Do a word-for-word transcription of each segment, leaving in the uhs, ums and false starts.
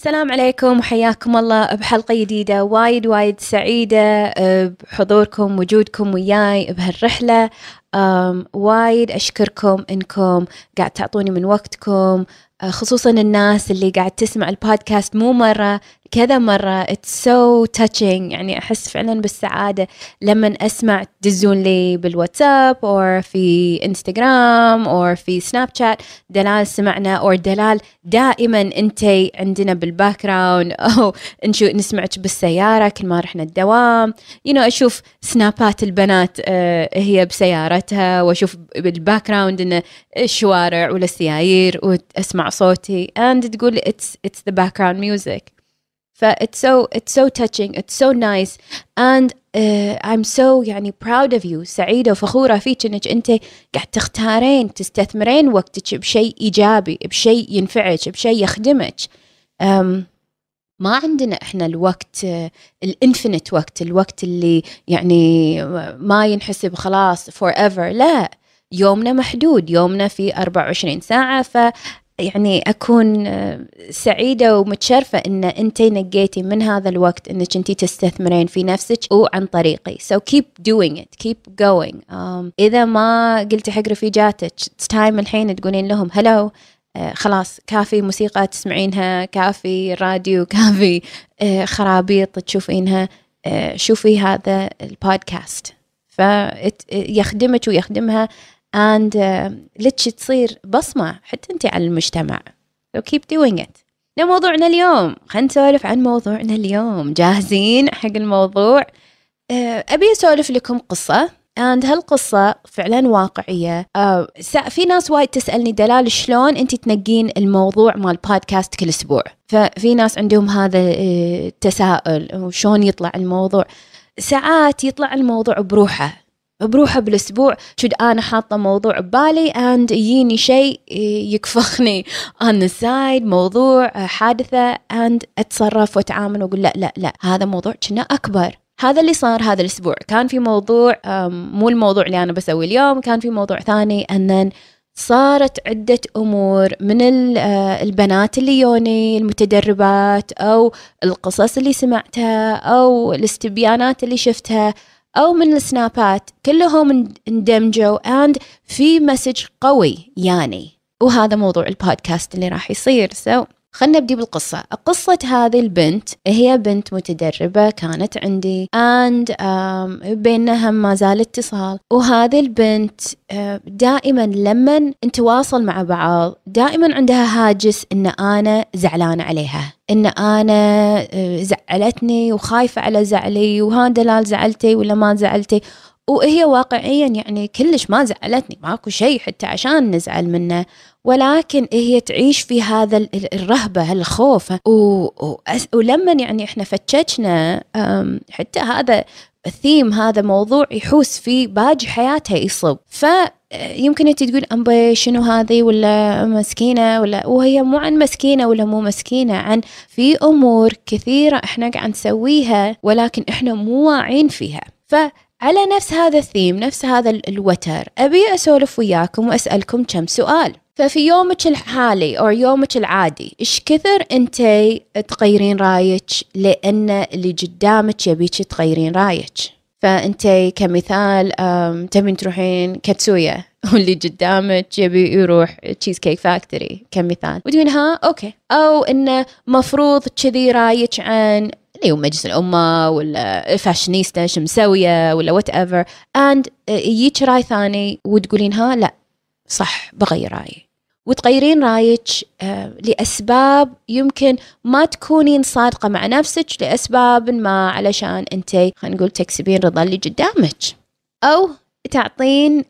السلام عليكم وحياكم الله بحلقة جديدة. وايد وايد سعيدة بحضوركم وجودكم وياي بهالرحلة. وايد أشكركم إنكم قاعد تعطوني من وقتكم، خصوصا الناس اللي قاعد تسمع البودكاست مو مرة كذا مرة. It's so touching، يعني أحس فعلا بالسعادة لما أسمع تدزون لي بالواتساب أو في إنستغرام أو في سناب شات دلال سمعنا، أو دلال دائما أنتي عندنا بالباكراوند، أو نشو نسمعك بالسيارة كل ما رحنا الدوام. you know أشوف سنابات البنات آه هي بسيارتها، وأشوف بالباكراوند إنه الشوارع ولا السيايير وأسمع صوتي and تقول it's it's the background music. ف it's so it's so touching, it's so nice and uh, I'm so يعني proud of you، سعيدة وفخورة فيك إنك أنت قاعد تختارين تستثمرين وقتك بشيء إيجابي، بشيء ينفعك، بشيء يخدمك. um, ما عندنا إحنا الوقت الانفينيت وقت، الوقت اللي يعني ما ينحسب خلاص forever. لا، يومنا محدود، يومنا في أربعة وعشرين ساعة. ف يعني أكون سعيدة ومتشرفة إن أنتي نقيتي من هذا الوقت إنك أنتي تستثمرين في نفسك وعن طريقي. so keep doing it, keep going. um, إذا ما قلتي حق رفيجاتك it's time الحين تقولين لهم hello، uh, خلاص كافي موسيقى تسمعينها، كافي راديو، كافي uh, خرابيط تشوفينها، uh, شوفي هذا البودكاست فيخدمك ويخدمها and uh, لتش تصير بصمة حتى أنت على المجتمع. so keep doing it. ده موضوعنا اليوم، خلينا نسولف عن موضوعنا اليوم. جاهزين حق الموضوع؟ uh, أبي أسولف لكم قصة and هالقصة فعلا واقعية. uh, في ناس وايد تسألني دلال شلون أنت تنقين الموضوع مال بودكاست كل أسبوع؟ ففي ناس عندهم هذا التساؤل وشون يطلع الموضوع. ساعات يطلع الموضوع بروحه بروحه بالأسبوع، شد أنا حاطة موضوع ببالي and يجيني شيء يكفخني on the side، موضوع حادثة and أتصرف وأتعامل وأقول لا لا لا هذا موضوع كنا أكبر. هذا اللي صار هذا الأسبوع. كان في موضوع مو الموضوع اللي أنا بسوي اليوم، كان في موضوع ثاني and then صارت عدة أمور من البنات اللي يوني المتدربات أو القصص اللي سمعتها أو الاستبيانات اللي شفتها أو من السنابات، كلهم اندمجوا and في مسج قوي يعني. وهذا موضوع البودكاست اللي راح يصير. so خلنا نبدي بالقصة. قصة هذه البنت هي بنت متدربة كانت عندي and um, بينها ما زال اتصال. وهذه البنت uh, دائما لما نتواصل مع بعض دائما عندها هاجس إن أنا زعلانة عليها، إن أنا uh, زعلتني وخايفة على زعلي، وها دلال زعلتي ولا ما زعلتي. وهي واقعيا يعني كلش ما زعلتني، ماكو شيء حتى عشان نزعل منه، ولكن هي تعيش في هذا الرهبة الخوف. ولما يعني احنا فتشنا حتى هذا الثيم، هذا موضوع يحوس في باقي حياتها يصب. فيمكن انت تقول أمبي شنو هذه ولا مسكينة ولا، وهي مو عن مسكينة ولا مو مسكينة، عن في أمور كثيرة احنا قاعد نسويها ولكن احنا مو واعين فيها. ف على نفس هذا الثيم، نفس هذا الوتر، أبي أسولف وياكم وأسألكم كم سؤال. ففي يومك الحالي أو يومك العادي إيش كثر أنتي تغيرين رايك لأن اللي قدامك يبيك تغيرين رايك؟ فأنتي كمثال تبين تروحين كاتسويا واللي قدامك يبي يروح تشيز كيك فاكتوري كمثال، وتقولين ها أوكي، أو إنه مفروض كذي رايك عن اليوم مجلس الأمة ولا فاشنيستا شمسوية ولا whatever and يجيك رأي ثاني وتقولين ها لا صح بغير رأيي، وتغيرين رأيك لأسباب يمكن ما تكونين صادقة مع نفسك، لأسباب ما علشان أنتي خلينا نقول تكسبين رضا اللي قدامك، أو تعطين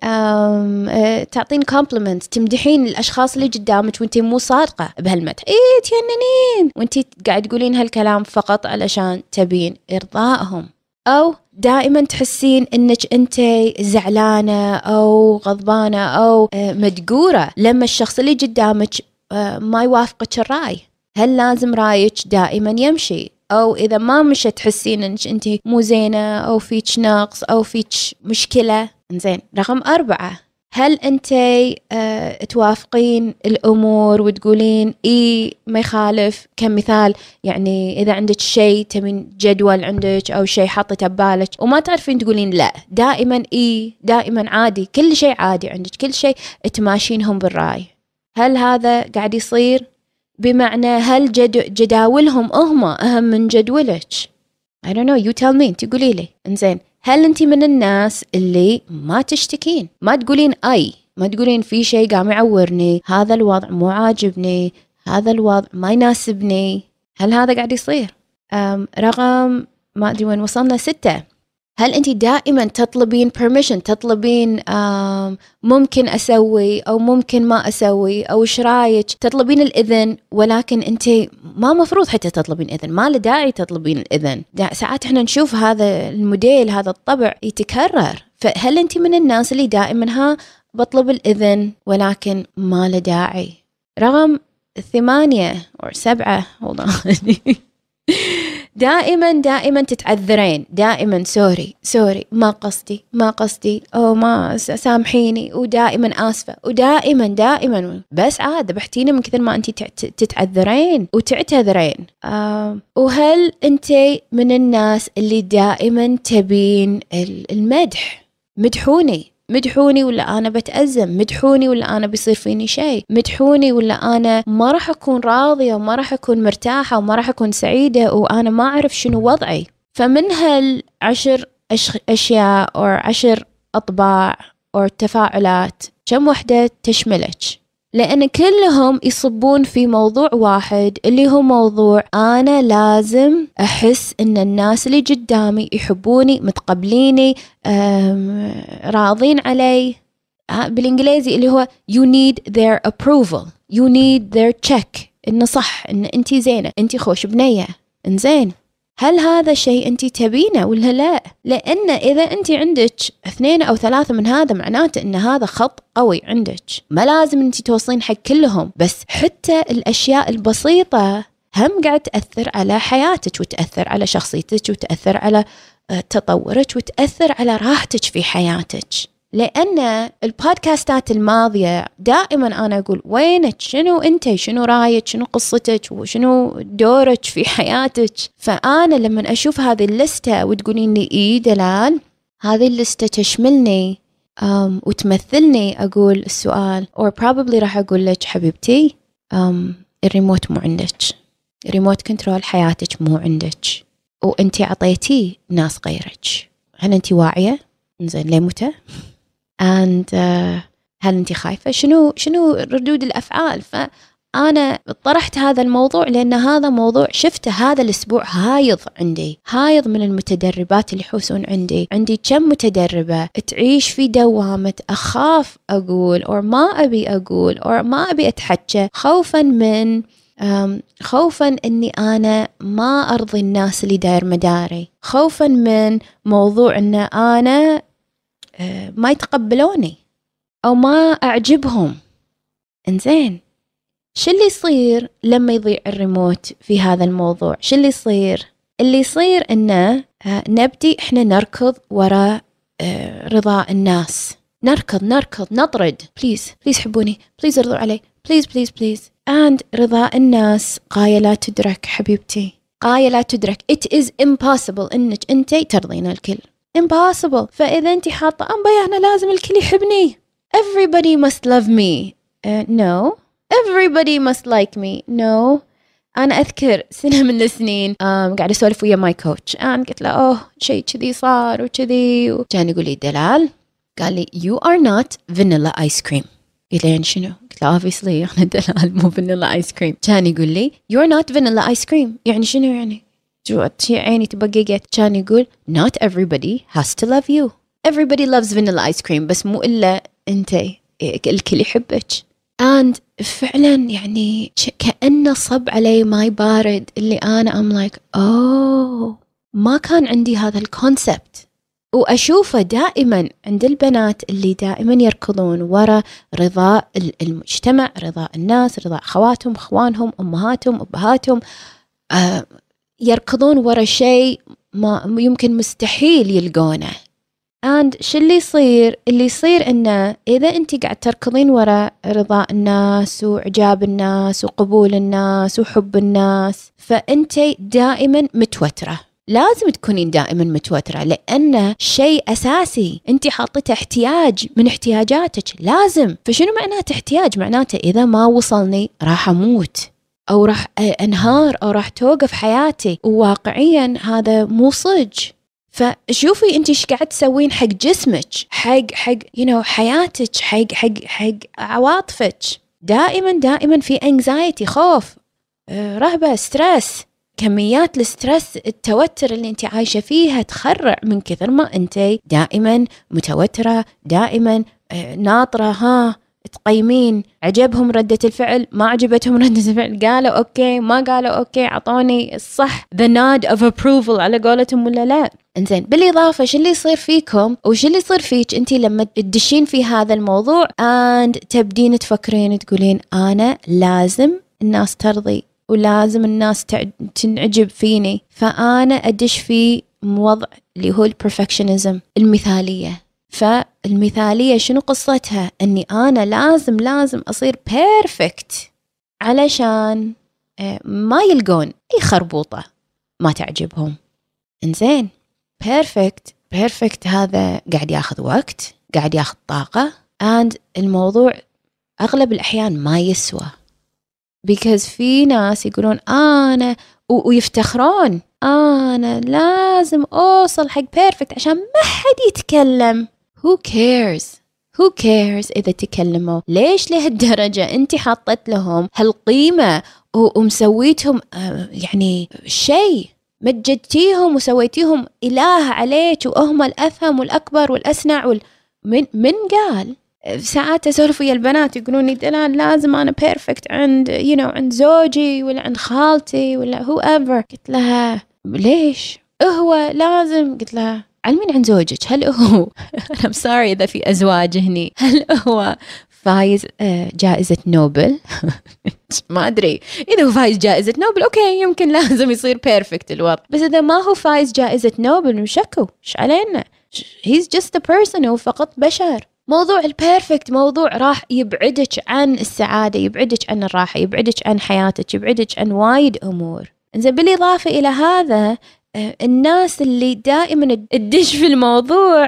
تعطين compliments، تمدحين الأشخاص اللي قدامك وانتي مو صادقة بهالمدح، إيه تيننين وانتي قاعد تقولين هالكلام فقط علشان تبين إرضائهم. أو دائما تحسين إنك انتي زعلانة أو غضبانة أو مدقورة لما الشخص اللي قدامك ما يوافقك الرأي. هل لازم رأيك دائما يمشي؟ أو إذا ما مشى تحسين إنك انتي مو زينة أو فيك نقص أو فيك مشكلة. إنزين، رقم أربعة، هل أنت أه توافقين الأمور وتقولين إيه ما يخالف؟ كمثال يعني إذا عندك شيء تبين جدول عندك أو شيء حاطته ببالك وما تعرفين تقولين لا، دائما إيه، دائما عادي، كل شيء عادي عندك، كل شيء تماشينهم بالرأي. هل هذا قاعد يصير؟ بمعنى هل جد جداولهم هم أهم من جدولك؟ I don't know, you tell me. تقولي لي إنزين، هل أنت من الناس اللي ما تشتكين، ما تقولين أي، ما تقولين في شيء قام يعورني، هذا الوضع مو عاجبني، هذا الوضع ما يناسبني؟ هل هذا قاعد يصير؟ رقم ما أدري وين وصلنا، ستة. هل أنت دائما تطلبين permission، تطلبين ممكن أسوي أو ممكن ما أسوي أو إيش رايك، تطلبين الإذن، ولكن أنت ما مفروض حتى تطلبين إذن، ما له داعي تطلبين الإذن. ساعات إحنا نشوف هذا الموديل، هذا الطبع يتكرر. فهل أنت من الناس اللي دائما ها بطلب الإذن ولكن ما له داعي؟ رقم ثمانية أو سبعة والله دائما دائما تتعذرين، دائما سوري سوري ما قصدي ما قصدي أو ما سامحيني، ودائما آسفة، ودائما دائما بس عاد ذبحتيني من كثر ما أنتي تتعذرين وتعتذرين. آه وهل أنتي من الناس اللي دائما تبين المدح؟ مدحوني مدحوني ولا أنا بتأزم، مدحوني ولا أنا بيصير فيني شيء، مدحوني ولا أنا ما راح أكون راضية وما راح أكون مرتاحة وما راح أكون سعيدة وأنا ما أعرف شنو وضعي. فمن هالعشر أشياء أو عشر أطباع أو تفاعلات كم وحدة تشملك؟ لأن كلهم يصبون في موضوع واحد اللي هو موضوع أنا لازم أحس إن الناس اللي قدامي يحبوني، متقبليني، راضين علي. بالإنجليزي اللي هو you need their approval, you need their check، إنه صح، إن أنتي زينة، أنتي خوش بنية، إنزين. هل هذا شيء أنتي تبينه ولا لا؟ لأن إذا أنتي عندك اثنين أو ثلاثة من هذا معناته إن هذا خط قوي عندك. ما لازم أنتي توصلين حق كلهم، بس حتى الأشياء البسيطة هم قاعد تأثر على حياتك وتأثر على شخصيتك وتأثر على تطورك وتأثر على راحتك في حياتك. لأن البودكاستات الماضية دائما أنا أقول وينك، شنو أنت، شنو رأيك، شنو قصتك وشنو دورك في حياتك. فأنا لما أشوف هذه اللستة وتقولين لي إيه دلال، هذه اللستة تشملني um, وتمثلني، أقول السؤال or probably راح أقول لك حبيبتي um, الريموت مو عندك، ريموت كنترول حياتك مو عندك، وأنتي عطيتي ناس غيرك. هل أنتي واعية؟ إنزين ليه متى؟ and uh, هل أنتي خايفة؟ شنو شنو ردود الأفعال؟ فأنا طرحت هذا الموضوع لأن هذا موضوع شفته هذا الأسبوع هايض عندي، هايض من المتدربات اللي يحوسون عندي. عندي كم متدربة تعيش في دوامة أخاف أقول أو ما أبي أقول أو ما أبي أتحكى خوفا من خوفا أني أنا ما أرضي الناس اللي داير مداري، خوفا من موضوع أن أنا ما يتقبلوني أو ما أعجبهم. إنزين شو اللي يصير لما يضيع الريموت في هذا الموضوع؟ شو اللي يصير؟ اللي يصير إنه نبدي إحنا نركض وراء رضا الناس، نركض نركض نطرد، بليز بليز حبوني، بليز ارضوا علي، بليز بليز بليز. and رضا الناس غاية لا تدرك حبيبتي، غاية لا تدرك. it is impossible إنك أنتي ترضين الكل، impossible. فإذا أنتي حاطة أم أنا لازم الكل يحبني، everybody must love me. uh, no everybody must like me. no. أنا أذكر سنة من السنين um, قاعدة أسولف ويا ماي كوتش، أنا قلت له أوه شيء كذي صار وكذي، كان يقول لي دلال، قال لي you are not vanilla ice cream. قلت له يعني شنو؟ قلت له obviously أنا دلال مو vanilla ice cream. كان يقول لي you're not vanilla ice cream. يعني شنو يعني؟ جوات عيني تبققت. كان يقول not everybody has to love you, everybody loves vanilla ice cream، بس مو إلا أنتي الكل يحبك. and فعلا يعني كأنه صب علي ماي بارد، اللي أنا I'm like oh ما كان عندي هذا الكونسبت. وأشوفه دائما عند البنات اللي دائما يركضون وراء رضاء المجتمع، رضاء الناس، رضاء خواتهم، اخوانهم، أمهاتهم، أبهاتهم، آه يركضون وراء شيء ما يمكن مستحيل يلقونه. and شو اللي يصير؟ اللي يصير إنه إذا أنت قاعد تركضين وراء رضاء الناس وإعجاب الناس وقبول الناس وحب الناس، فأنت دائما متوترة. لازم تكونين دائما متوترة لأنه شيء أساسي أنت حاطته احتياج من احتياجاتك، لازم. فشنو معناته احتياج؟ معناته إذا ما وصلني راح أموت أو راح أنهار أو راح توقف حياتي، وواقعيا هذا مو صج. فشوفي أنت إيش قاعد تسوين حق جسمك، حق حق you know حياتك، حق حق حق عواطفك. دائما دائما في anxiety، خوف، رهبة، ستريس. كميات الستريس، التوتر اللي انت عايشة فيها تخرع من كثر ما انت دائما متوترة، دائما ناطرة ها تقيمين عجبهم ردة الفعل، ما عجبتهم ردة الفعل، قالوا اوكي، ما قالوا اوكي، عطوني الصح the nod of approval على قولتهم ولا لا. انزين، بالاضافة شو اللي يصير فيكم وش اللي يصير فيك انت لما تدشين في هذا الموضوع and تبدين تفكرين تقولين انا لازم الناس ترضي ولازم الناس تنعجب فيني، فأنا أدش في وضع اللي هو البرفكشنزم، المثالية. فالمثالية شنو قصتها؟ أني أنا لازم لازم أصير بيرفكت علشان ما يلقون أي خربوطة ما تعجبهم. إنزين، بيرفكت بيرفكت هذا قاعد ياخذ وقت، قاعد ياخذ طاقة، and الموضوع أغلب الأحيان ما يسوى. because في ناس يقولون أنا ويفتخرون أنا لازم أوصل حق بيرفكت عشان ما حد يتكلم. who cares who cares إذا تكلموا؟ ليش لهالدرجة أنت حطت لهم هالقيمة ومسويتهم يعني شيء، مجدتيهم وسويتيهم إله عليك وهم الأفهم والأكبر والأسنع وال... من من قال؟ ساعات أسولف ويا البنات يقولون لي دلال لازم أنا بيرفكت عند you know عند زوجي ولا عند خالتي ولا whoever. قلت لها ليش؟ هو لازم. قلت لها علمين عن زوجك، هل هو I'm sorry إذا في أزواج هني، هل هو فايز جائزة نوبل؟ ما أدري إذا هو فايز جائزة نوبل أوكي يمكن لازم يصير بيرفكت الوضع، بس إذا ما هو فايز جائزة نوبل مشكو إيش علينا؟ he's just a person، هو فقط بشر. موضوع البيرفكت موضوع راح يبعدك عن السعادة، يبعدك عن الراحة، يبعدك عن حياتك، يبعدك عن وايد أمور. إنزين، بالإضافة إلى هذا الناس اللي دائما تدش في الموضوع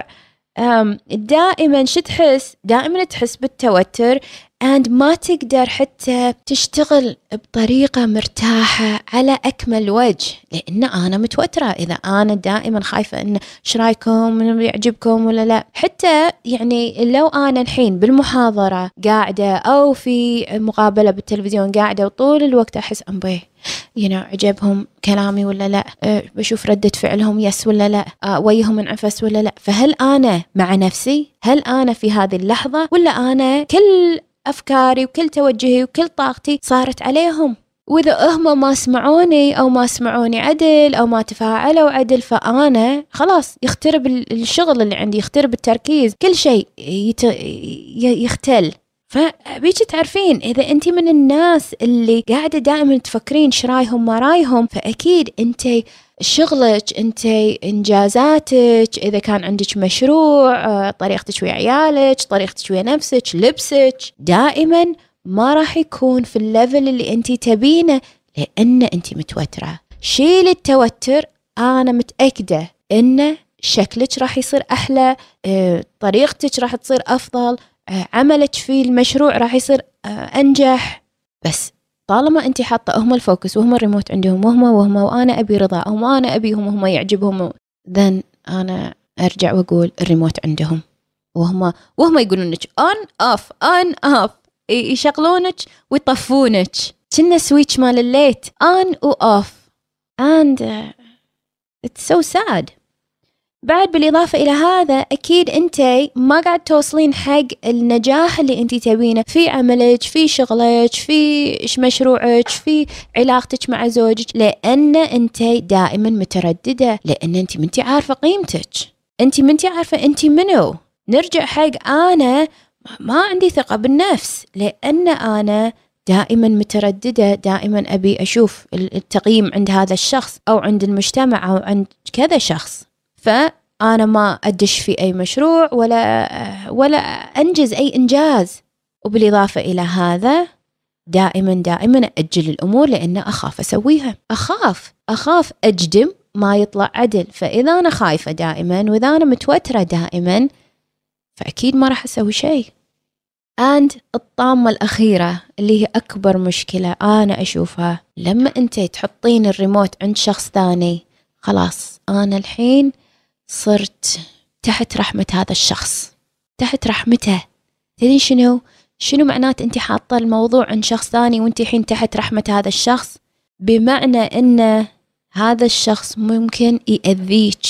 دائما شو تحس؟ دائما تحس بالتوتر and ما تقدر حتى تشتغل بطريقة مرتاحة على أكمل وجه، لأن أنا متوترة. إذا أنا دائما خايفة إن إيش رايكم، يعجبكم ولا لا. حتى يعني لو أنا الحين بالمحاضرة قاعدة أو في مقابلة بالتلفزيون قاعدة وطول الوقت أحس أنبيه you know عجبهم كلامي ولا لا، أه بشوف ردة فعلهم يس ولا لا، أه ويهم انعفس ولا لا. فهل أنا مع نفسي؟ هل أنا في هذه اللحظة؟ ولا أنا كل أفكاري وكل توجهي وكل طاقتي صارت عليهم؟ وإذا هم ما سمعوني أو ما سمعوني عدل أو ما تفاعلوا عدل، فأنا خلاص يخترب الشغل اللي عندي، يخترب التركيز، كل شيء يت... يختل. فبيجي تعرفين إذا أنت من الناس اللي قاعدة دائما تفكرين شرايهم ما رايهم، فأكيد أنت شغلك، أنت إنجازاتك، إذا كان عندك مشروع، طريقتك ويا عيالك، طريقتك ويا نفسك، لبسك، دائما ما راح يكون في الليفل اللي أنت تبينه، لأن أنت متوترة. شيل التوتر، أنا متأكدة أن شكلك راح يصير أحلى، طريقتك راح تصير أفضل، عملك في المشروع راح يصير أنجح. بس طالما أنت حاطة هم الفوكس وهم الريموت عندهم وهم وهم وأنا أبي رضا أو ما أنا أبيهم وهم يعجبهم، then أنا أرجع وأقول الريموت عندهم، وهم وهم يقولونك on off on off، يشغلونك ويطفونك كنا سويتش مال الليت on و off and uh, it's so sad. بعد بالإضافة إلى هذا أكيد أنت ما قاعد توصلين حق النجاح اللي أنت تبينه في عملك، في شغلك، في مشروعك، في علاقتك مع زوجك، لأن أنت دائما مترددة، لأن أنت منتي عارفة قيمتك، أنت منتي عارفة أنت منو. نرجع حق أنا ما عندي ثقة بالنفس، لأن أنا دائما مترددة، دائما أبي أشوف التقييم عند هذا الشخص أو عند المجتمع أو عند كذا شخص. أنا ما أدش في أي مشروع ولا ولا أنجز أي إنجاز. وبالإضافة إلى هذا دائما دائما أجل الأمور لأن أخاف أسويها، أخاف أخاف أجدم ما يطلع عدل. فإذا أنا خايفة دائما وإذا أنا متوترة دائما فأكيد ما راح أسوي شيء. and الطامة الأخيرة اللي هي أكبر مشكلة أنا أشوفها، لما أنت تحطين الريموت عند شخص ثاني، خلاص أنا الحين صرت تحت رحمة هذا الشخص، تحت رحمته. تدري شنو؟ شنو معنات أنت حاطة الموضوع عند شخص ثاني وأنت الحين تحت رحمة هذا الشخص؟ بمعنى أن هذا الشخص ممكن يأذيك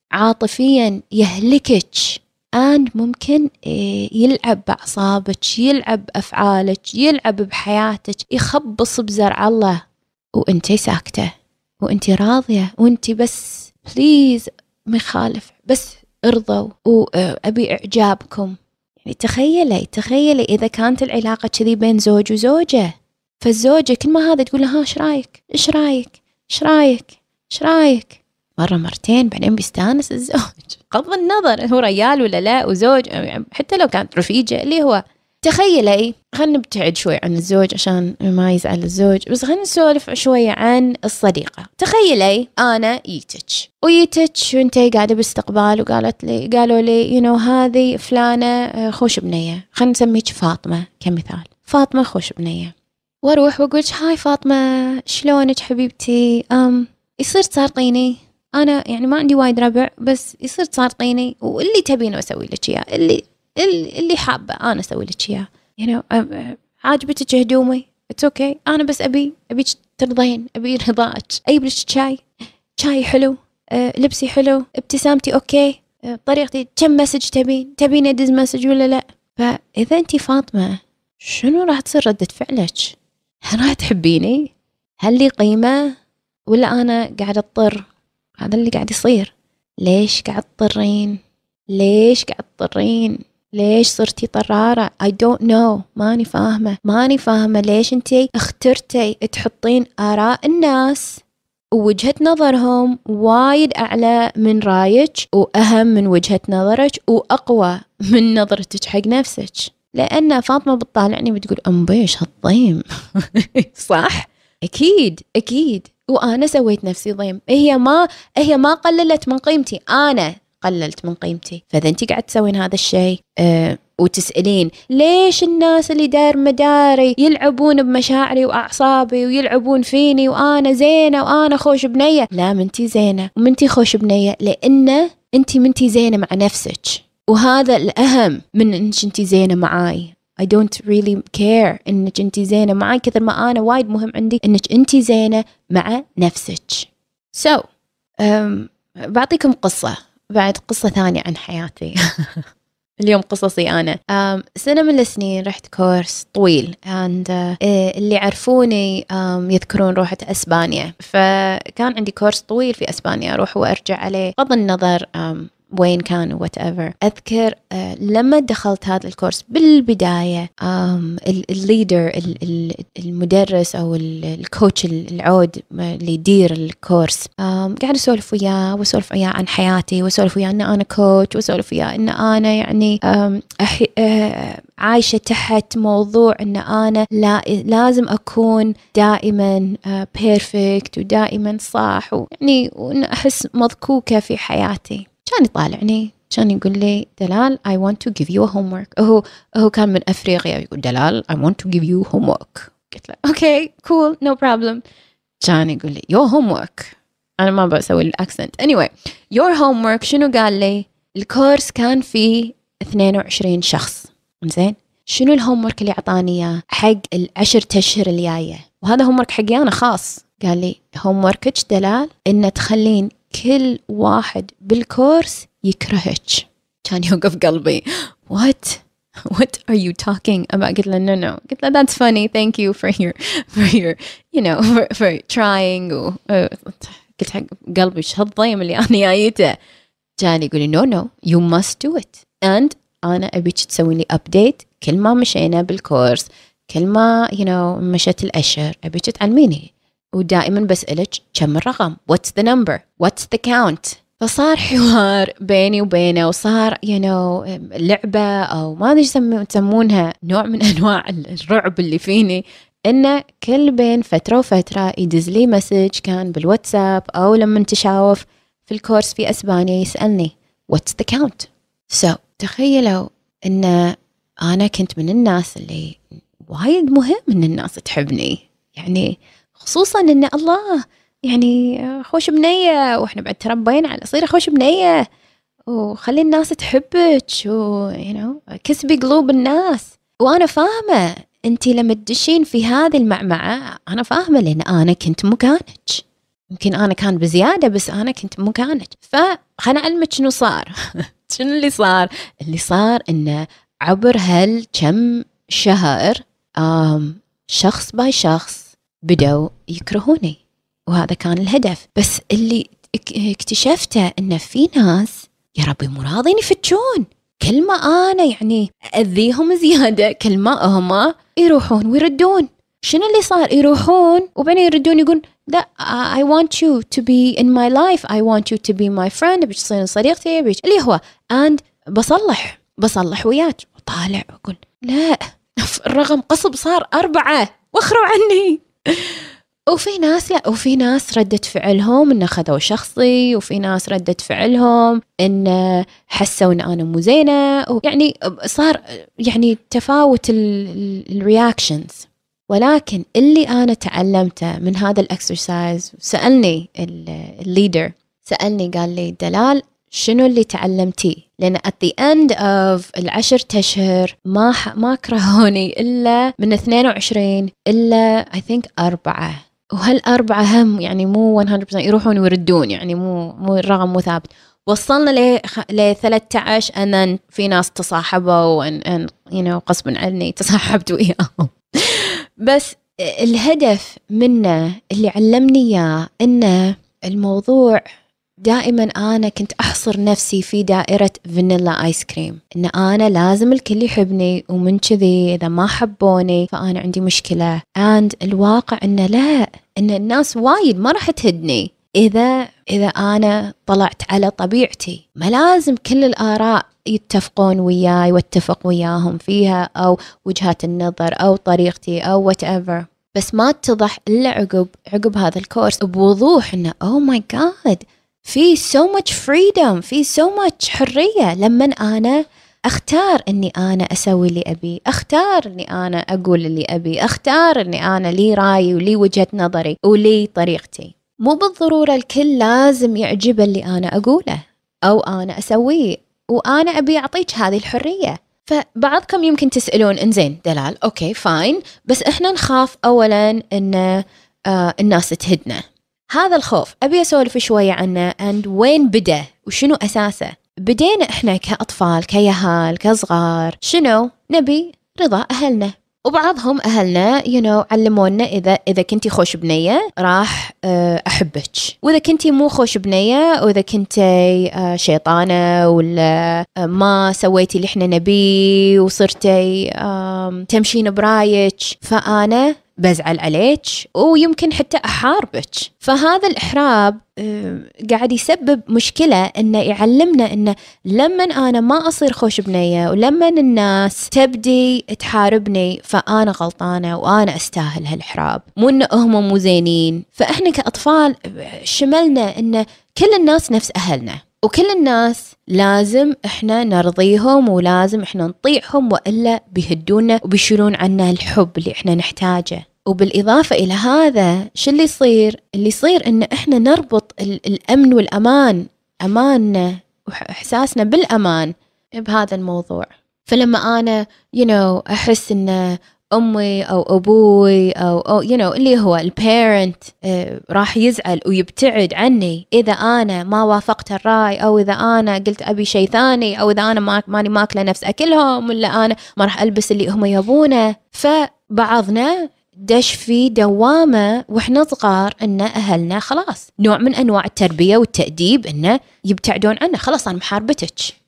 عاطفيا، يهلكك، and ممكن يلعب بأعصابك، يلعب بأفعالك، يلعب بحياتك، يخبص بزرع الله وأنتي ساكتة وأنتي راضية وأنتي بس بليز ما يخالف، بس ارضوا وأبي إعجابكم. يعني تخيلي تخيلي إذا كانت العلاقة كذي بين زوج وزوجة، فالزوجة كل ما هذا تقول لها إيش رأيك إيش رأيك إيش رأيك إيش رأيك، مرة مرتين بعدين بيستانس الزوج، بغض النظر هو ريال ولا لا وزوج، حتى لو كانت رفيجة اللي هو. تخيلي، خلينا نبتعد شوي عن الزوج عشان ما يزعل الزوج، بس خلينا نسولف شوية عن الصديقة. تخيلي أنا يتك ويتك وانتي قاعدة باستقبال وقالت لي قالوا لي you know هذه فلانة خوش بنية، خلينا نسميك فاطمة كمثال، فاطمة خوش بنية، واروح واقولش هاي فاطمة شلونك حبيبتي، أم يصير تصارقيني، أنا يعني ما عندي وايد ربع بس يصير تصارقيني واللي تبينه أسوي لك إياه، اللي اللي حابة أنا أسوي لك إياه، you know عاجبتك هدومي it's okay، أنا بس أبي أبيك ترضين، أبي رضاك، أجيب لك شاي شاي حلو، أه لبسي حلو، ابتسامتي أوكي، أه طريقتي، كم مسج تبين تبين أدز مسج ولا لا. فإذا أنتي فاطمة شنو راح تصير ردة فعلك؟ هل راح تحبيني؟ هل لي قيمة ولا أنا قاعدة أضطر؟ هذا اللي قاعد يصير. ليش قاعد تضطرين؟ ليش قاعد تضطرين؟ ليش صرتي طرارة؟ I don't know. ماني فاهمة ماني فاهمة ليش انتي اخترتي تحطين آراء الناس ووجهة نظرهم وايد أعلى من رايك وأهم من وجهة نظرك وأقوى من نظرتك حق نفسك. لأن فاطمة بتطالعني بتقول أم بيش هالضيم صح؟ أكيد أكيد، وأنا سويت نفسي ضيم، هي ما هي ما قللت من قيمتي، أنا قللت من قيمتي. فإذا أنت قاعد تسوين هذا الشيء أه وتسألين ليش الناس اللي دار مداري يلعبون بمشاعري وأعصابي ويلعبون فيني وأنا زينة وأنا خوش بنية، لا منتي زينة ومنتي خوش بنية لأن أنت منتي زينة مع نفسك، وهذا الأهم من أنك أنت زينة معاي. I don't really care إنك أنتي زينة معاي كثر ما أنا وايد مهم عندي إنك أنتي زينة مع نفسك. So um, بعطيكم قصة بعد قصة ثانية عن حياتي. اليوم قصصي أنا. um, سنة من السنين رحت كورس طويل and uh, اللي عرفوني um, يذكرون روحة أسبانيا، فكان عندي كورس طويل في أسبانيا أروح وأرجع عليه بغض النظر um, وين كان whatever. أذكر آه لما دخلت هذا الكورس بالبداية الليدر المدرس أو الكوتش العود اللي يدير الكورس قاعد أسولف وياه وأسولف وياه عن حياتي وأسولف وياه أن أنا كوتش وأسولف وياه أن أنا يعني أحي آه عايشة تحت موضوع أن أنا لا لازم أكون دائما آه بيرفكت ودائما صح، ويعني وأن أحس مضكوكة في حياتي. كان يطالعني كان يقول لي دلال I want to give you a homework. هو هو كان من أفريقيا يقول دلال I want to give you homework. قلت له okay cool no problem. كان يقول لي your homework، أنا ما بسوي الأكسنت anyway your homework. شنو قال لي؟ الكورس كان فيه اثنين وعشرين شخص، إنزين شنو الهومورك اللي عطاني إياه حق العشر أشهر اللي جاية، وهذا هومورك حقي أنا خاص. قال لي هوموركك دلال إن تخلين كل واحد بالكورس يكرهك. كان يوقف قلبي what what are you talking about؟ قلت له no no قلت له that's funny thank you for your for your you know for, for trying و, uh, قلت حق قلبي شو هالضيم اللي أنا جايته. كان يقول لي no no you must do it and أنا أبيك تسوي لي update كل ما مشينا بالكورس، كل ما you know مشت الأشهر أبيك تعلميني، ودائما بسألك كم الرقم what's the number what's the count. فصار حوار بيني وبينه، وصار you know لعبة أو ما أدري يسمونها، نوع من أنواع الرعب اللي فيني، إنه كل بين فترة وفترة يدز لي مسج كان بالواتساب أو لما نتشاوف في الكورس في أسبانيا يسألني what's the count. so تخيلوا إن أنا كنت من الناس اللي وايد مهم إن الناس تحبني، يعني خصوصا إن الله يعني خوش بنية، وإحنا بعد تربينا على صير خوش بنية وخلي الناس تحبك و you know كسبي قلوب الناس. وأنا فاهمة أنتي لما تدشين في هذه المعمعة، أنا فاهمة لأن أنا كنت مكانك، يمكن أنا كان بزيادة بس أنا كنت مكانك. فخلنا أعلمك شنو صار. شنو اللي صار؟ اللي صار إنه عبر هال كم شهر آم شخص باي شخص بدأوا يكرهوني، وهذا كان الهدف. بس اللي اكتشفته إنه في ناس يا ربي مو راضين يفتشون، كل ما أنا يعني أذيهم زيادة كل ما هم يروحون ويردون. شنو اللي صار؟ يروحون وبعدين يردون يقول لا I want you to be in my life, I want you to be my friend، بيش تصير صديقتي، بيش اللي هو and بصلح بصلح وياك. وطالع أقول لا، الرقم قصب صار أربعة واخروا عني. وفي ناس لا، وفي ناس ردت فعلهم إن خذوا شخصي، وفي ناس ردت فعلهم إن حسوا إن أنا مو زينة، يعني صار يعني تفاوت الرياكشنز. ولكن اللي أنا تعلمته من هذا الإكسرسايز، سألني الليدر سألني قال لي دلال شنو اللي تعلمتي؟ لأن at the end of العشر أشهر ما ما كرهوني إلا من اثنين وعشرين إلا I think أربعة، وهالأربعة هم يعني مو مية بالمية يروحون ويردون، يعني مو مو الرقم مو ثابت. وصلنا ل ل ثلاثة عشر أن في ناس تصاحبوا وأن أن you know غصبا عني تصاحبت وياهم. بس الهدف منه اللي علمني إياه إنه الموضوع دائما أنا كنت أحصر نفسي في دائرة فانيلا آيس كريم، إن أنا لازم الكل يحبني، ومن كذي إذا ما حبوني فأنا عندي مشكلة. and الواقع إنه لا، إن الناس وايد ما راح تهدني إذا إذا أنا طلعت على طبيعتي. ما لازم كل الآراء يتفقون وياي واتفق وياهم فيها، أو وجهات النظر أو طريقتي أو whatever. بس ما اتضح إلا عقب عقب هذا الكورس بوضوح إنه oh my god في so much freedom، في so much حرية لما أنا أختار أني أنا أسوي اللي أبي، أختار أني أنا أقول اللي أبي، أختار أني أنا لي رأيي ولي وجهة نظري ولي طريقتي. مو بالضرورة الكل لازم يعجب اللي أنا أقوله أو أنا أسويه، وأنا أبي أعطيك هذه الحرية. فبعضكم يمكن تسألون إنزين دلال أوكي فاين، بس إحنا نخاف أولا أن آه الناس تهدنا. هذا الخوف أبي أسولف شوية عنه and وين بدأ وشنو أساسه. بدينا إحنا كأطفال كيهال كصغار شنو نبي؟ رضا أهلنا، وبعضهم أهلنا you know علمونا إذا إذا كنتي خوش بنية راح أحبك، وإذا كنتي مو خوش بنية وإذا كنتي شيطانة ولا ما سويتي اللي إحنا نبي وصرتي تمشين برايك فأنا بزعل عليك ويمكن حتى أحاربك. فهذا الإحراب قاعد يسبب مشكلة، إنه يعلمنا إنه لما أنا ما أصير خوش بنية ولما الناس تبدي تحاربني فأنا غلطانة وأنا أستاهل هالإحراب، مو إنه هم مو زينين. فإحنا كأطفال شملنا إنه كل الناس نفس أهلنا، وكل الناس لازم إحنا نرضيهم ولازم إحنا نطيعهم، وإلا بيهدونا وبيشيلون عنا الحب اللي إحنا نحتاجه. وبالإضافة إلى هذا شو اللي يصير؟ اللي يصير إن إحنا نربط الأمن والأمان، أماننا وإحساسنا بالأمان بهذا الموضوع. فلما أنا you know أحس إن أمي أو أبوي أو, أو you know اللي هو البيرنت اه راح يزعل ويبتعد عني إذا أنا ما وافقت الرأي، أو إذا أنا قلت أبي شيء ثاني، أو إذا أنا ما ماني ماكلة نفس أكلهم، ولا أنا ما راح ألبس اللي هم يبونه. فبعضنا دش في دوامة وإحنا صغار إن أهلنا خلاص نوع من أنواع التربية والتأديب إنه يبتعدون عنا، خلاص أنا محاربتك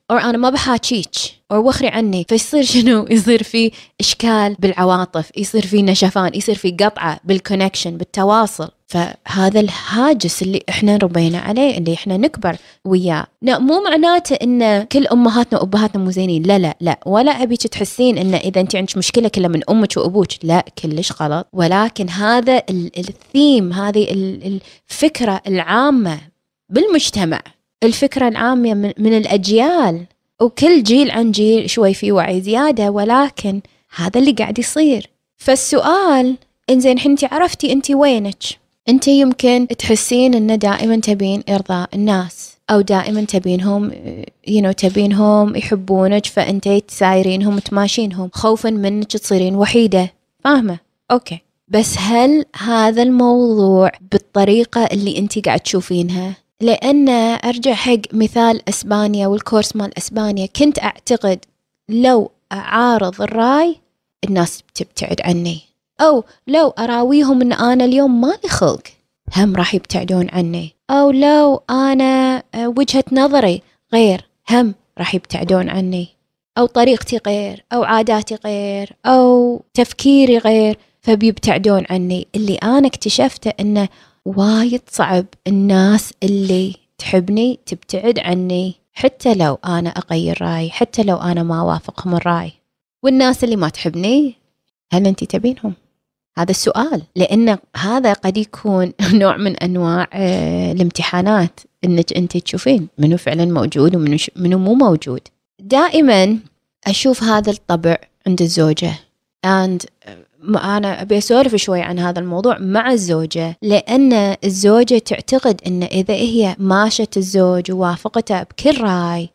أو أنا ما بحاكيك أو وخري عني، فيصير شنو؟ يصير في إشكال بالعواطف، يصير في نشفان، يصير في قطعة بالكونكشن بالتواصل. فهذا الهاجس اللي إحنا ربينا عليه، اللي إحنا نكبر وياه. لا مو معناته إن كل أمهاتنا وأبهاتنا مو زينين، لا لا لا، ولا أبيك تحسين إن إذا أنت عندك مشكلة كلها من أمك وأبوك، لا كلش غلط. ولكن هذا الثيم، هذه الفكرة العامة بالمجتمع، الفكرة العامة من, من الأجيال، وكل جيل عن جيل شوي في وعي زيادة، ولكن هذا اللي قاعد يصير. فالسؤال إنزين حنتي عرفتي أنتي وينك؟ أنت يمكن تحسين إن دائما تبين إرضاء الناس، أو دائما تبينهم you know تبينهم يحبونك، فأنت تسايرينهم تماشينهم خوفا منك تصيرين وحيدة. فاهمة؟ أوكي، بس هل هذا الموضوع بالطريقة اللي أنت قاعد تشوفينها؟ لأن أرجع حق مثال أسبانيا والكورس مال أسبانيا، كنت أعتقد لو أعارض الرأي الناس بتبتعد عني، أو لو أراويهم أن أنا اليوم ما لي خلق هم راح يبتعدون عني، أو لو أنا وجهة نظري غير هم راح يبتعدون عني، أو طريقتي غير، أو عاداتي غير، أو تفكيري غير، فبيبتعدون عني. اللي أنا اكتشفته أنه وايد صعب الناس اللي تحبني تبتعد عني، حتى لو أنا أغير رأي، حتى لو أنا ما وافقهم الرأي. والناس اللي ما تحبني، هل أنت تبينهم؟ هذا السؤال، لأن هذا قد يكون نوع من أنواع الامتحانات، إنك أنت تشوفين منو فعلا موجود ومنو منو مو موجود. دائما أشوف هذا الطبع عند الزوجة، and أنا أبي أسولف شوي عن هذا الموضوع مع الزوجة، لأن الزوجة تعتقد إن إذا هي ماشت الزوج ووافقته بكل رأي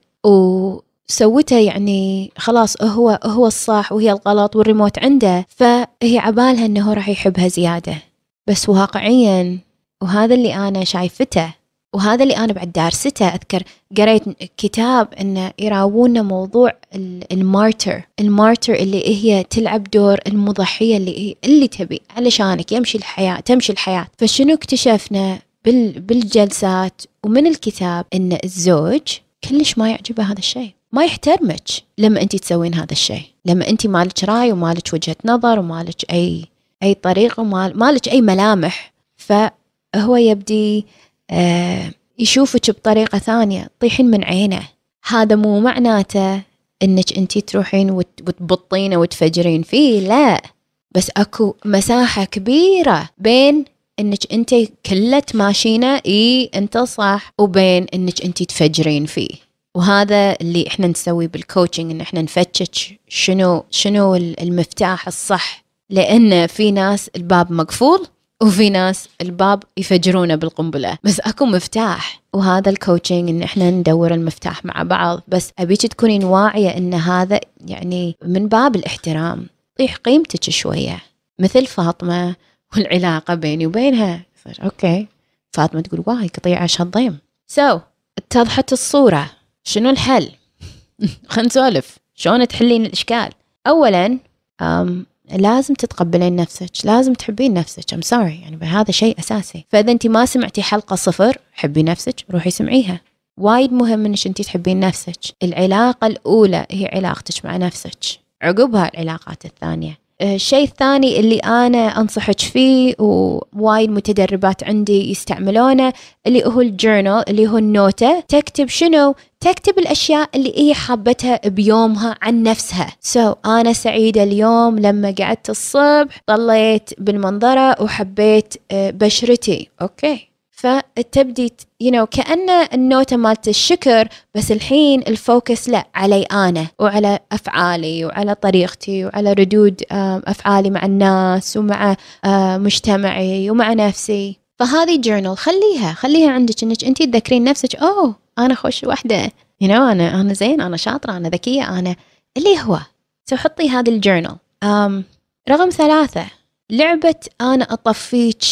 وسوته، يعني خلاص هو هو الصح وهي الغلط والريموت عنده، فهي عبالها إنه راح يحبها زيادة. بس واقعيا، وهذا اللي أنا شايفته وهذا اللي أنا بعد دارسته، أذكر قريت كتاب إنه يراوونا موضوع المارتر المارتر اللي هي تلعب دور المضحية، اللي هي اللي تبي علشانك يمشي الحياة تمشي الحياة. فشنو اكتشفنا بال بالجلسات ومن الكتاب؟ إن الزوج كلش ما يعجبه هذا الشيء، ما يحترمك لما أنت تسوين هذا الشيء، لما أنت مالك رأي ومالك وجهة نظر ومالك أي أي طريقة ومالك أي ملامح، فهو يبدي آه يشوفك بطريقة ثانية، طيحين من عينه. هذا مو معناته انك انتي تروحين وتبطين وتفجرين فيه، لا، بس اكو مساحة كبيرة بين انك انتي كلها تماشينه اي انت صح، وبين انك انتي تفجرين فيه. وهذا اللي احنا نسوي بالكوتشنج، ان احنا نفتش شنو شنو المفتاح الصح، لان في ناس الباب مقفول وفي ناس الباب يفجرونه بالقنبلة، بس أكو مفتاح. وهذا الكوتشنج إن إحنا ندور المفتاح مع بعض. بس أبيك تكونين واعية إن هذا يعني من باب الاحترام، طيح قيمتك شوية، مثل فاطمة والعلاقة بيني وبينها. أوكي، فاطمة تقول واي قطيعة شضيم. سو so, اتضحت الصورة. شنو الحل؟ خلينا نسولف شلون تحلين الإشكال. أولاً أم لازم تتقبلين نفسك، لازم تحبين نفسك. I'm sorry، يعني بهذا شيء أساسي. فإذا أنت ما سمعتي حلقة صفر حبي نفسك، روحي سمعيها. وايد مهم إنك أنت تحبين نفسك. العلاقة الأولى هي علاقتك مع نفسك، عقبها العلاقات الثانية. الشيء الثاني اللي أنا أنصحك فيه، ووايد متدربات عندي يستعملونه، اللي هو الجورنال، اللي هو النوتة. تكتب شنو؟ تكتب الأشياء اللي هي حابتها بيومها عن نفسها. سو so, أنا سعيدة اليوم لما قعدت الصبح طليت بالمنظرة وحبيت بشرتي. أوكي، فتبدي you know كأن النوتة مالت الشكر، بس الحين الفوكس لا علي أنا وعلى أفعالي وعلى طريقتي وعلى ردود أفعالي مع الناس ومع مجتمعي ومع نفسي. فهذه جورنال خليها خليها عندك، إنك أنتي تذكرين نفسك أوه أنا خوش وحدة، you know أنا أنا زين، أنا شاطرة، أنا ذكية، أنا اللي هو. سو حطي هذه الجورنال. رقم ثلاثة، لعبة أنا أطفيك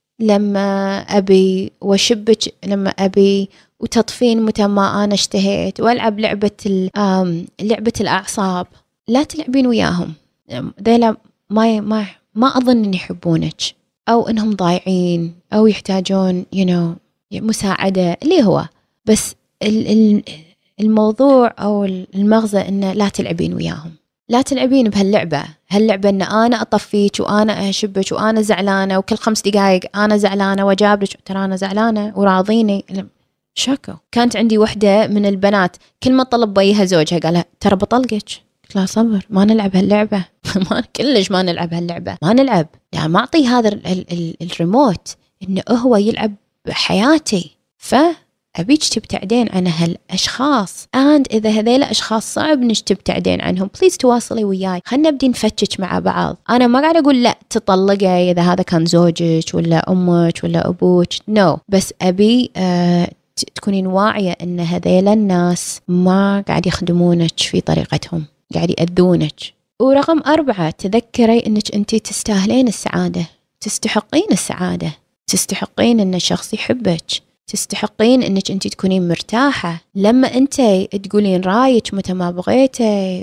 لما أبي وشبك لما أبي، وتطفين متى ما أنا اشتهيت، وألعب لعبة لعبة الأعصاب. لا تلعبين وياهم، ذيلا ما ما ما أظن إن يحبونك، أو إنهم ضايعين، أو يحتاجون you know مساعدة، اللي هو بس ال ال الموضوع أو المغزى إنه لا تلعبين وياهم، لا تلعبين بهاللعبة، هاللعبة إن أنا أطفيك وأنا أشبك وأنا زعلانة وكل خمس دقايق أنا زعلانة وأجابلك ترى أنا زعلانة وراضيني. شاكو. كانت عندي وحدة من البنات كل ما طلب بيها زوجها قالها ترى بطلقك. قلت لها صبر، ما نلعب هاللعبة ما كلش ما نلعب هاللعبة، ما نلعب يعني ما أعطي هذا ال ال ال الريموت إنه هو يلعب بحياتي. فأبيك تبتعدين عن هالأشخاص، and إذا هذيل أشخاص صعب إنك تبتعدين عنهم بليز تواصلي وياي، خلنا نبدي نفتش مع بعض. أنا ما قاعد أقول لا تطلقي إذا هذا كان زوجك ولا أمك ولا أبوك، no، بس أبي أه تكونين واعية إن هذيل الناس ما قاعد يخدمونك في طريقتهم، قاعد يأذونك. ورقم أربعة، تذكري إنك أنتي تستاهلين السعادة، تستحقين السعادة، تستحقين إن الشخص يحبك، تستحقين إنك أنتي تكونين مرتاحة. لما أنتي تقولين رايك متى ما بغيتي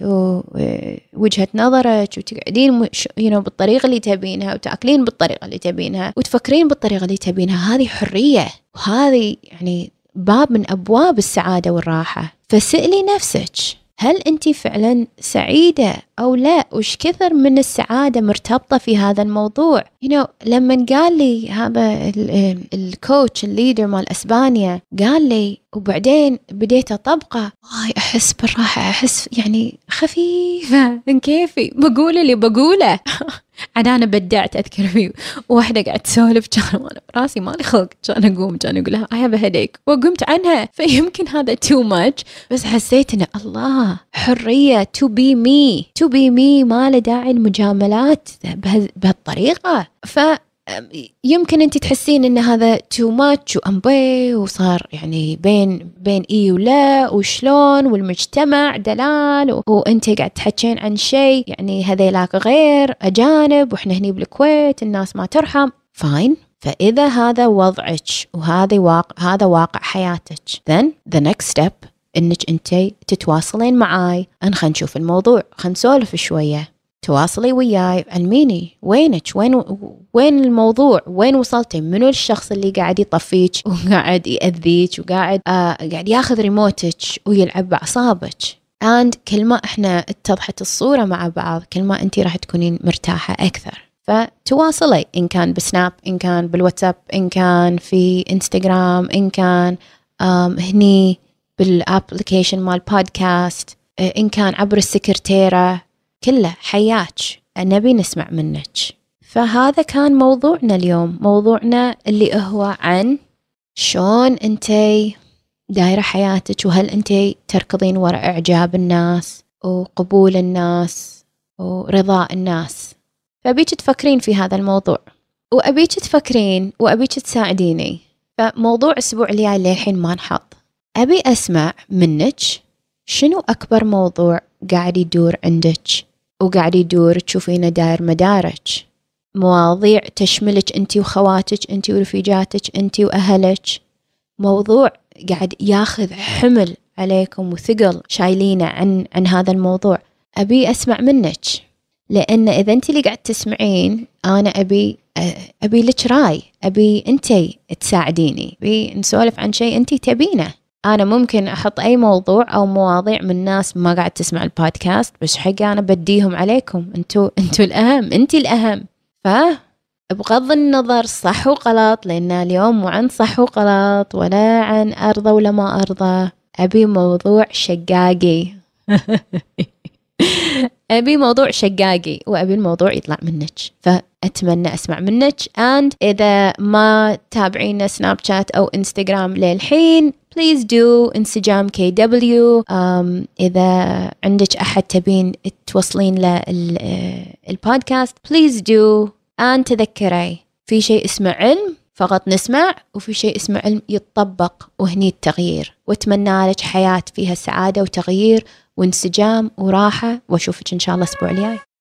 ووجهة نظرك وتقعدين ينو بالطريقة اللي تبينها وتأكلين بالطريقة اللي تبينها وتفكرين بالطريقة اللي تبينها، هذه حرية، وهذه يعني باب من أبواب السعادة والراحة. فسألي نفسك هل أنت فعلا سعيدة أو لا؟ وش كثر من السعادة مرتبطة في هذا الموضوع؟ you know, لما قال لي هذا الكوتش الليدر مال أسبانيا قال لي وبعدين بديت أطبقه، واي أحس بالراحة، أحس يعني خفيفة من كيفي، بقول اللي بقوله عاد أنا بدعت. أذكر فيه واحدة قاعد تسولف كان وانا راسي مالي خلق، كان أقوم كان أقول لها I have a headache وقمت عنها. فيمكن هذا too much، بس حسيت إن الله حرية to be me to be me، ما له داعي المجاملات بهالطريقة. ف يمكن أنت تحسين إن هذا too much وأمبي وصار يعني بين بين إيه ولا وشلون والمجتمع دلال، وأنت قاعد تحكين عن شيء يعني هذيلاك غير أجانب وإحنا هني بالكويت الناس ما ترحم. فاين. فإذا هذا وضعك وهذا واقع هذا واقع حياتك then the next step إنك أنت تتواصلين معاي، أن خلينا نشوف الموضوع، خلينا نسولف شوية، تواصلي وياي، علميني وينك، وين وين الموضوع، وين وصلتي، منو الشخص اللي قاعد يطفيك وقاعد يأذيك وقاعد آه قاعد ياخذ ريموتك ويلعب بأعصابك. and كل ما احنا اتضحت الصورة مع بعض كل ما انتي راح تكونين مرتاحة أكثر. فتواصلي إن كان بسناب، إن كان بالواتساب، إن كان في إنستغرام، إن كان هني بالابليكيشن مال بودكاست، إن كان عبر السكرتيرة، كله حياك، نبي نسمع منك. فهذا كان موضوعنا اليوم، موضوعنا اللي هو عن شلون أنتي دايرة حياتك، وهل أنتي تركضين وراء إعجاب الناس وقبول الناس ورضاء الناس. فأبيك تفكرين في هذا الموضوع، وأبيك تفكرين وأبيك تساعديني. فموضوع أسبوع الجاي للحين ما نحط، أبي أسمع منك شنو أكبر موضوع قاعد يدور عندك وقاعد يدور تشوفينه داير مدارك، مواضيع تشملك أنتي وخواتك، أنتي ورفيجاتك، أنتي وأهلك، موضوع قاعد ياخذ حمل عليكم وثقل شايلينه عن عن هذا الموضوع. أبي أسمع منك، لأن إذا أنتي اللي قاعد تسمعين أنا أبي أبي لك رأي، أبي أنتي تساعديني، أبي نسولف عن شيء أنتي تبينه. أنا ممكن أحط أي موضوع أو مواضيع من ناس ما قاعد تسمع البودكاست، بس حقا أنا بديهم عليكم، أنتوا أنتوا الأهم، أنتي الأهم. فبغض النظر صح وغلط، لأن اليوم مو عن صح وغلط ولا عن أرضى ولا ما أرضى، أبي موضوع شقاقي أبي موضوع شقاقي وأبي الموضوع يطلع منك. فأتمنى أسمع منك. and إذا ما تابعينا سناب شات أو إنستغرام للحين please do انسجام كي دبليو. um, إذا عندك أحد تبين توصلين له البودكاست please do. and تذكري في شيء اسمه علم فقط نسمع، وفي شيء اسمه علم يتطبق وهني التغيير. واتمنى لك حياة فيها سعادة وتغيير وانسجام وراحة، واشوفك إن شاء الله الأسبوع الجاي.